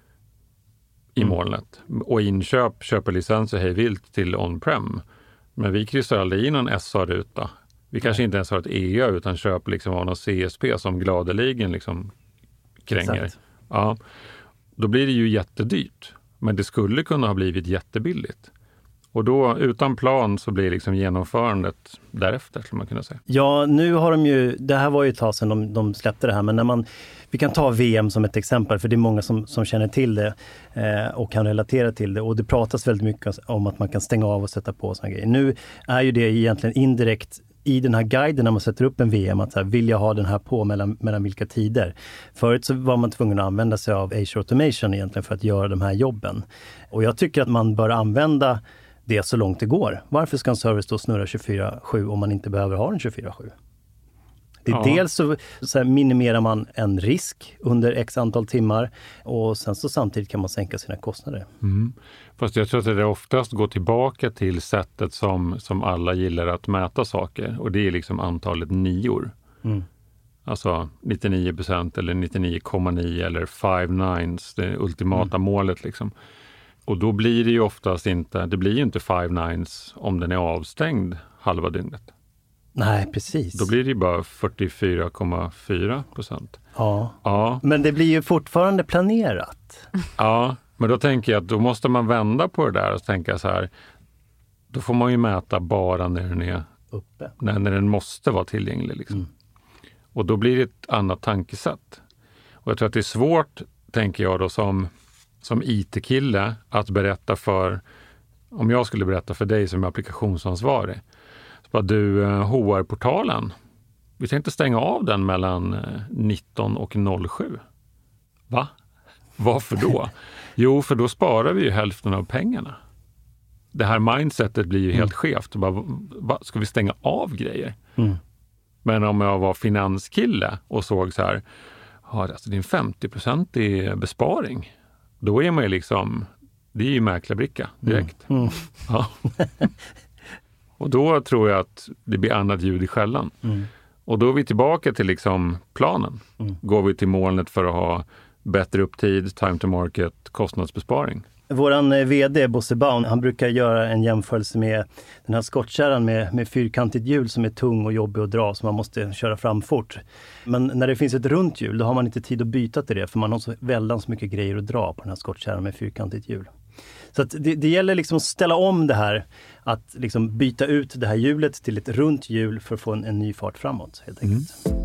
i mm. molnet och inköp köper licenser hej vilt till on-prem. Men vi kryssar aldrig i någon S A-ruta. Vi kanske Nej. inte ens har ett E A utan köper liksom av någon C S P som gladeligen liksom kränger. Exakt. Ja, då blir det ju jättedyrt. Men det skulle kunna ha blivit jättebilligt. Och då utan plan så blir liksom genomförandet därefter, skulle man kunna säga. Ja, nu har de ju, det här var ju ett tag sedan de, de släppte det här, men när man, vi kan ta V M som ett exempel, för det är många som, som känner till det eh, och kan relatera till det. Och det pratas väldigt mycket om att man kan stänga av och sätta på såna grejer. Nu är ju det egentligen indirekt i den här guiden när man sätter upp en V M, att så här, vill jag ha den här på mellan, mellan vilka tider? Förut så var man tvungen att använda sig av Azure Automation egentligen för att göra de här jobben. Och jag tycker att man bör använda det så långt det går. Varför ska en server stå och snurra tjugofyra sju om man inte behöver ha den tjugofyra sju? Det är ja. Dels så, så här, minimerar man en risk under x antal timmar och sen så samtidigt kan man sänka sina kostnader. Mm. Fast jag tror att det oftast går tillbaka till sättet som, som alla gillar att mäta saker, och det är liksom antalet nior. Mm. Alltså nittionio procent eller nittionio komma nio eller five nines, det ultimata mm. målet liksom. Och då blir det ju oftast inte, det blir ju inte five nines om den är avstängd halva dygnet. Nej, precis. Då blir det ju bara fyrtiofyra komma fyra procent. Ja. ja, men det blir ju fortfarande planerat. Ja, men då tänker jag att då måste man vända på det där och tänka så här, då får man ju mäta bara när den är uppe. När, när den måste vara tillgänglig liksom. Mm. Och då blir det ett annat tankesätt. Och jag tror att det är svårt, tänker jag då, som som I T-kille att berätta för, om jag skulle berätta för dig som är applikationsansvarig, så bara, du, H R-portalen, vi tänkte stänga av den mellan nitton och noll sju. Va? Varför då? Jo, för då sparar vi ju hälften av pengarna. Det här mindsetet blir ju helt mm. skevt. Bara, va, ska vi stänga av grejer? Mm. Men om jag var finanskille och såg så här, ja, alltså det är en femtio procent i besparing. Då är man ju liksom, det är ju mäklarbricka direkt. Mm. Mm. Ja. Och då tror jag att det blir annat ljud i skällan. Mm. Och då är vi tillbaka till liksom planen. Mm. Går vi till molnet för att ha bättre upptid, time to market, kostnadsbesparing. Våran vd Bosse Baun, han brukar göra en jämförelse med den här skottkärran med, med fyrkantigt hjul som är tung och jobbig att dra, så man måste köra fram fort. Men när det finns ett runt hjul, då har man inte tid att byta till det, för man har så väldans mycket grejer att dra på den här skottkärran med fyrkantigt hjul. Så att det, det gäller liksom att ställa om det här, att liksom byta ut det här hjulet till ett runt hjul för att få en, en ny fart framåt, helt enkelt. Mm.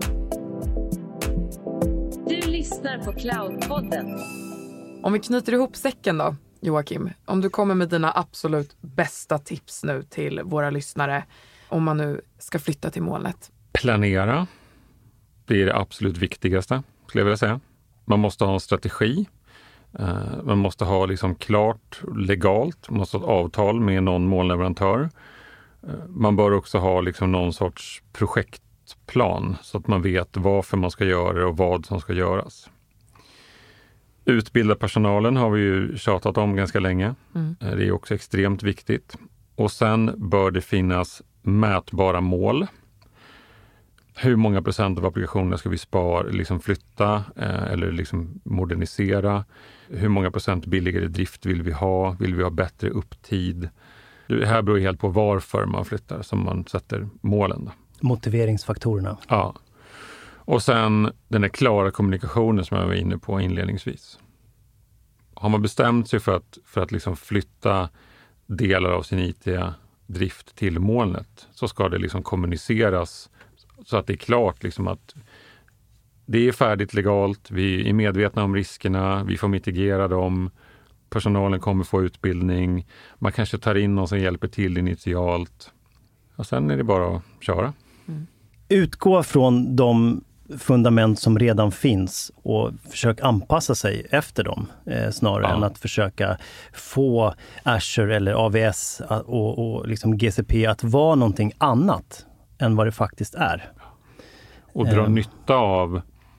Du lyssnar på Cloudpodden. Om vi knyter ihop säcken då, Joakim. Om du kommer med dina absolut bästa tips nu till våra lyssnare, om man nu ska flytta till molnet. Planera. Det är det absolut viktigaste, skulle jag vilja säga. Man måste ha en strategi. Man måste ha liksom klart legalt. Man måste ha ett avtal med någon molnleverantör. Man bör också ha liksom någon sorts projektplan så att man vet varför man ska göra det och vad som ska göras. Utbilda personalen har vi ju tjatat om ganska länge. Mm. Det är också extremt viktigt. Och sen bör det finnas mätbara mål. Hur många procent av applikationerna ska vi spara, liksom flytta eh, eller liksom modernisera? Hur många procent billigare drift vill vi ha? Vill vi ha bättre upptid? Det här beror helt på varför man flyttar, som man sätter målen. Då. Motiveringsfaktorerna. Ja. Och sen den här klara kommunikationen som jag var inne på inledningsvis. Har man bestämt sig för att, för att liksom flytta delar av sin I T-drift till molnet, så ska det liksom kommuniceras så att det är klart liksom att det är färdigt legalt, vi är medvetna om riskerna, vi får mitigera dem, personalen kommer få utbildning, man kanske tar in någon som hjälper till initialt och sen är det bara att köra. Mm. Utgå från de fundament som redan finns och försök anpassa sig efter dem eh, snarare ja. än att försöka få Azure eller A W S och, och liksom G C P att vara någonting annat än vad det faktiskt är. Och dra eh. nytta av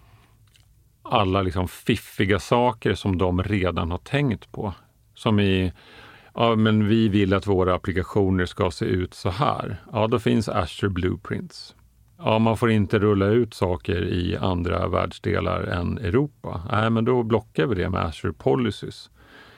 alla liksom fiffiga saker som de redan har tänkt på. Som i, ja men vi vill att våra applikationer ska se ut så här. Ja, då finns Azure Blueprints. Ja, man får inte rulla ut saker i andra världsdelar än Europa. Nej, men då blockar vi det med Azure Policies.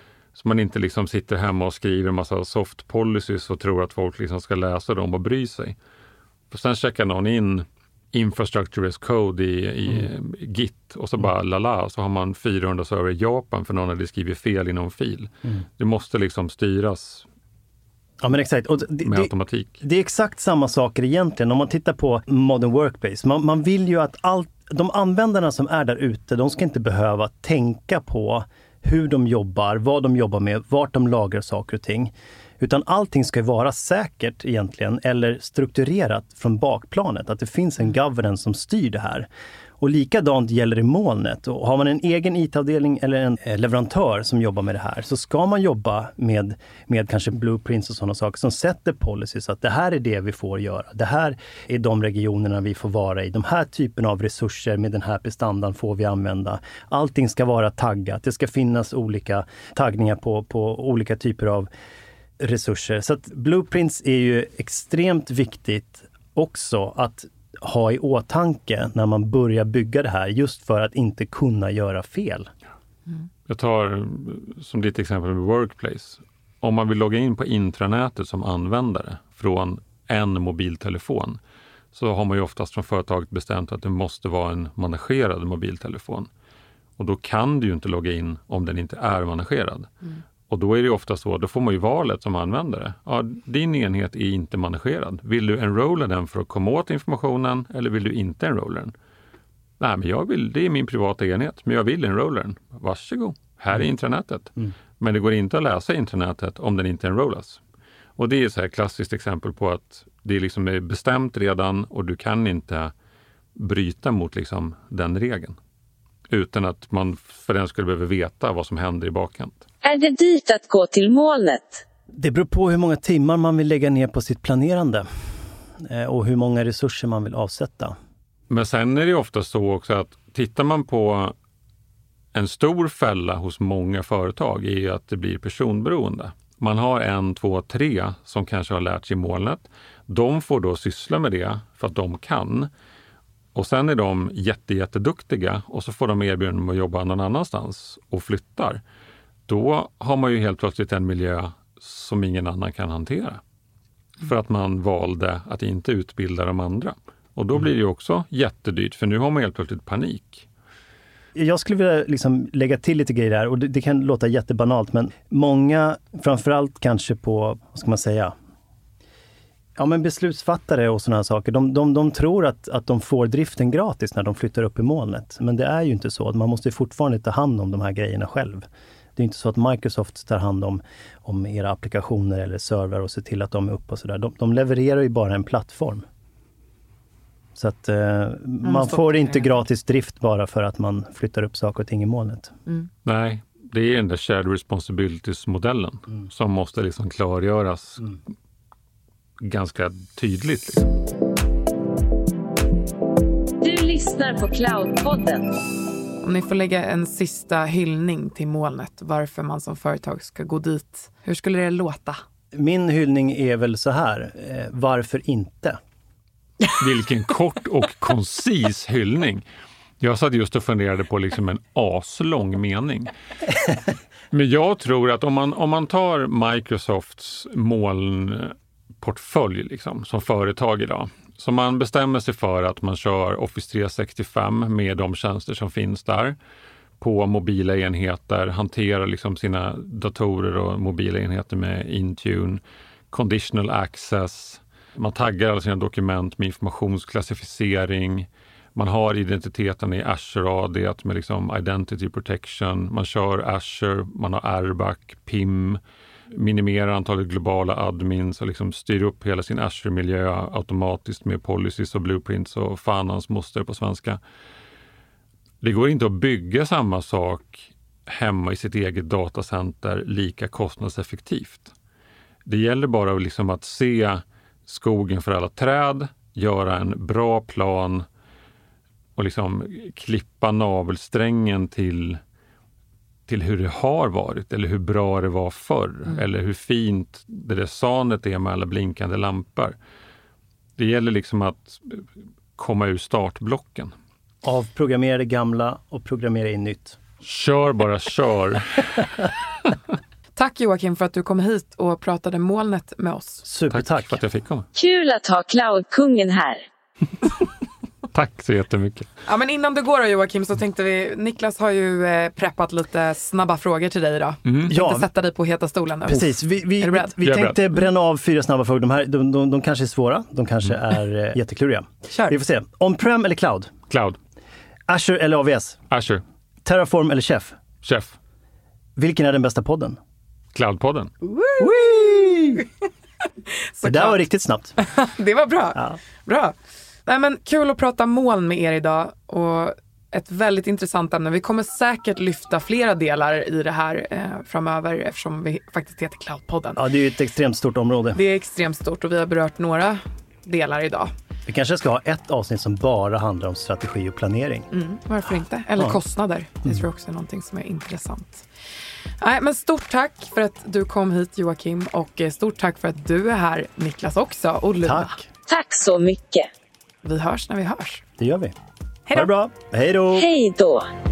Så man inte liksom sitter hemma och skriver en massa soft policies och tror att folk liksom ska läsa dem och bry sig. För sen checkar någon in infrastructure as code i, i mm. Git och så bara lala, så har man fyrahundra server i Japan för någon hade skrivit fel i någon fil. Mm. Det måste liksom styras. Ja, men exakt. Och det, med det, automatik. Det är exakt samma saker egentligen. Om man tittar på Modern Workplace. Man, man vill ju att allt, de användarna som är där ute, de ska inte behöva tänka på hur de jobbar, vad de jobbar med, vart de lagrar saker och ting. Utan allting ska vara säkert egentligen eller strukturerat från bakplanet. Att det finns en governance som styr det här. Och likadant gäller i molnet. Och har man en egen I T-avdelning eller en leverantör som jobbar med det här, så ska man jobba med, med kanske blueprints och sådana saker som sätter policies. Att det här är det vi får göra. Det här är de regionerna vi får vara i. De här typen av resurser med den här prestandan får vi använda. Allting ska vara taggat. Det ska finnas olika taggningar på, på olika typer av resurser. Så att blueprints är ju extremt viktigt också att ha i åtanke när man börjar bygga det här, just för att inte kunna göra fel. Mm. Jag tar som ditt exempel med Workplace. Om man vill logga in på intranätet som användare från en mobiltelefon, så har man ju oftast från företaget bestämt att det måste vara en managerad mobiltelefon. Och då kan du ju inte logga in om den inte är managerad. Mm. Och då är det ofta så, då får man ju valet som användare. Ja, din enhet är inte managerad. Vill du enrolla den för att komma åt informationen eller vill du inte enrolla den? Nej, men jag vill, det är min privata enhet, men jag vill enrolla den. Varsågod, här är intranätet. Mm. Men det går inte att läsa intranätet om den inte enrollas. Och det är så här klassiskt exempel på att det liksom är bestämt redan och du kan inte bryta mot liksom den regeln. Utan att man för den skulle behöva veta vad som händer i bakkant. Är det dit att gå till molnet? Det beror på hur många timmar man vill lägga ner på sitt planerande. Och hur många resurser man vill avsätta. Men sen är det ofta så också att tittar man på en stor fälla hos många företag är ju att det blir personberoende. Man har en, två, tre som kanske har lärt sig molnet. De får då syssla med det för att de kan. Och sen är de jätte, jätteduktiga och så får de erbjudande om att jobba någon annanstans och flyttar. Då har man ju helt plötsligt en miljö som ingen annan kan hantera. För att man valde att inte utbilda de andra. Och då blir det ju också jättedyrt, för nu har man helt plötsligt panik. Jag skulle vilja liksom lägga till lite grejer där, och det, det kan låta jättebanalt, men många, framförallt kanske på, vad ska man säga, ja men beslutsfattare och sådana här saker, de, de, de tror att, att de får driften gratis när de flyttar upp i molnet. Men det är ju inte så. Man måste fortfarande ta hand om de här grejerna själv. Det är inte så att Microsoft tar hand om, om era applikationer eller server och ser till att de är uppe och sådär. De, de levererar ju bara en plattform. Så att eh, man får inte gratis drift bara för att man flyttar upp saker och ting i molnet. Mm. Nej, det är den där shared responsibilities-modellen mm. som måste liksom klargöras mm. ganska tydligt. Liksom. Du lyssnar på Cloudpodden. Om ni får lägga en sista hyllning till molnet, varför man som företag ska gå dit, hur skulle det låta? Min hyllning är väl så här, eh, varför inte? Vilken kort och koncis hyllning. Jag satt just och funderade på liksom en aslång mening. Men jag tror att om man, om man tar Microsofts molnportfölj liksom, som företag idag, så man bestämmer sig för att man kör Office tre sextiofem med de tjänster som finns där på mobila enheter, hanterar liksom sina datorer och mobila enheter med Intune, conditional access. Man taggar alla sina dokument med informationsklassificering. Man har identiteten i Azure A D med liksom identity protection. Man kör Azure, man har R B A C, P I M. minimera antalet globala admins och liksom styra upp hela sin Azure-miljö automatiskt med policies och blueprints och fan hans moster på svenska. Det går inte att bygga samma sak hemma i sitt eget datacenter lika kostnadseffektivt. Det gäller bara liksom att se skogen för alla träd, göra en bra plan och liksom klippa navelsträngen till, till hur det har varit eller hur bra det var förr mm. eller hur fint det där sanet är med alla blinkande lampor. Det gäller liksom att komma ur startblocken. Avprogrammera det gamla och programmera in nytt. Kör bara, kör. Tack Joakim för att du kom hit och pratade molnet med oss. Supertack. Tack för att jag fick komma. Kul att ha cloudkungen här. Tack så jättemycket. Ja, men innan du går då Joakim så tänkte vi, Niklas har ju eh, preppat lite snabba frågor till dig idag. Mm. Tänkte ja. sätta dig på heta stolen nu. Precis, vi, vi, vi, vi tänkte beredd. bränna av fyra snabba frågor. De, här, de, de, de kanske är svåra, de kanske mm. är eh, jättekluriga. Kör. Vi får se. On-prem eller cloud? Cloud. Azure eller A V S? Azure. Terraform eller Chef? Chef. Vilken är den bästa podden? Cloudpodden. Det där var riktigt snabbt. Det var bra. Ja. Bra. Nej, men kul att prata moln med er idag och ett väldigt intressant ämne. Vi kommer säkert lyfta flera delar i det här eh, framöver eftersom vi faktiskt heter Cloudpodden. Ja, det är ju ett extremt stort område. Det är extremt stort och vi har berört några delar idag. Vi kanske ska ha ett avsnitt som bara handlar om strategi och planering. Mm, varför inte? Eller ja. kostnader. Det mm. tror jag också är någonting som är intressant. Nej, men stort tack för att du kom hit Joakim och stort tack för att du är här Niklas också och Luna. Tack. Tack så mycket. Vi hörs när vi hörs. Det gör vi. Hej då. Ha det bra. Hej då. Hej då.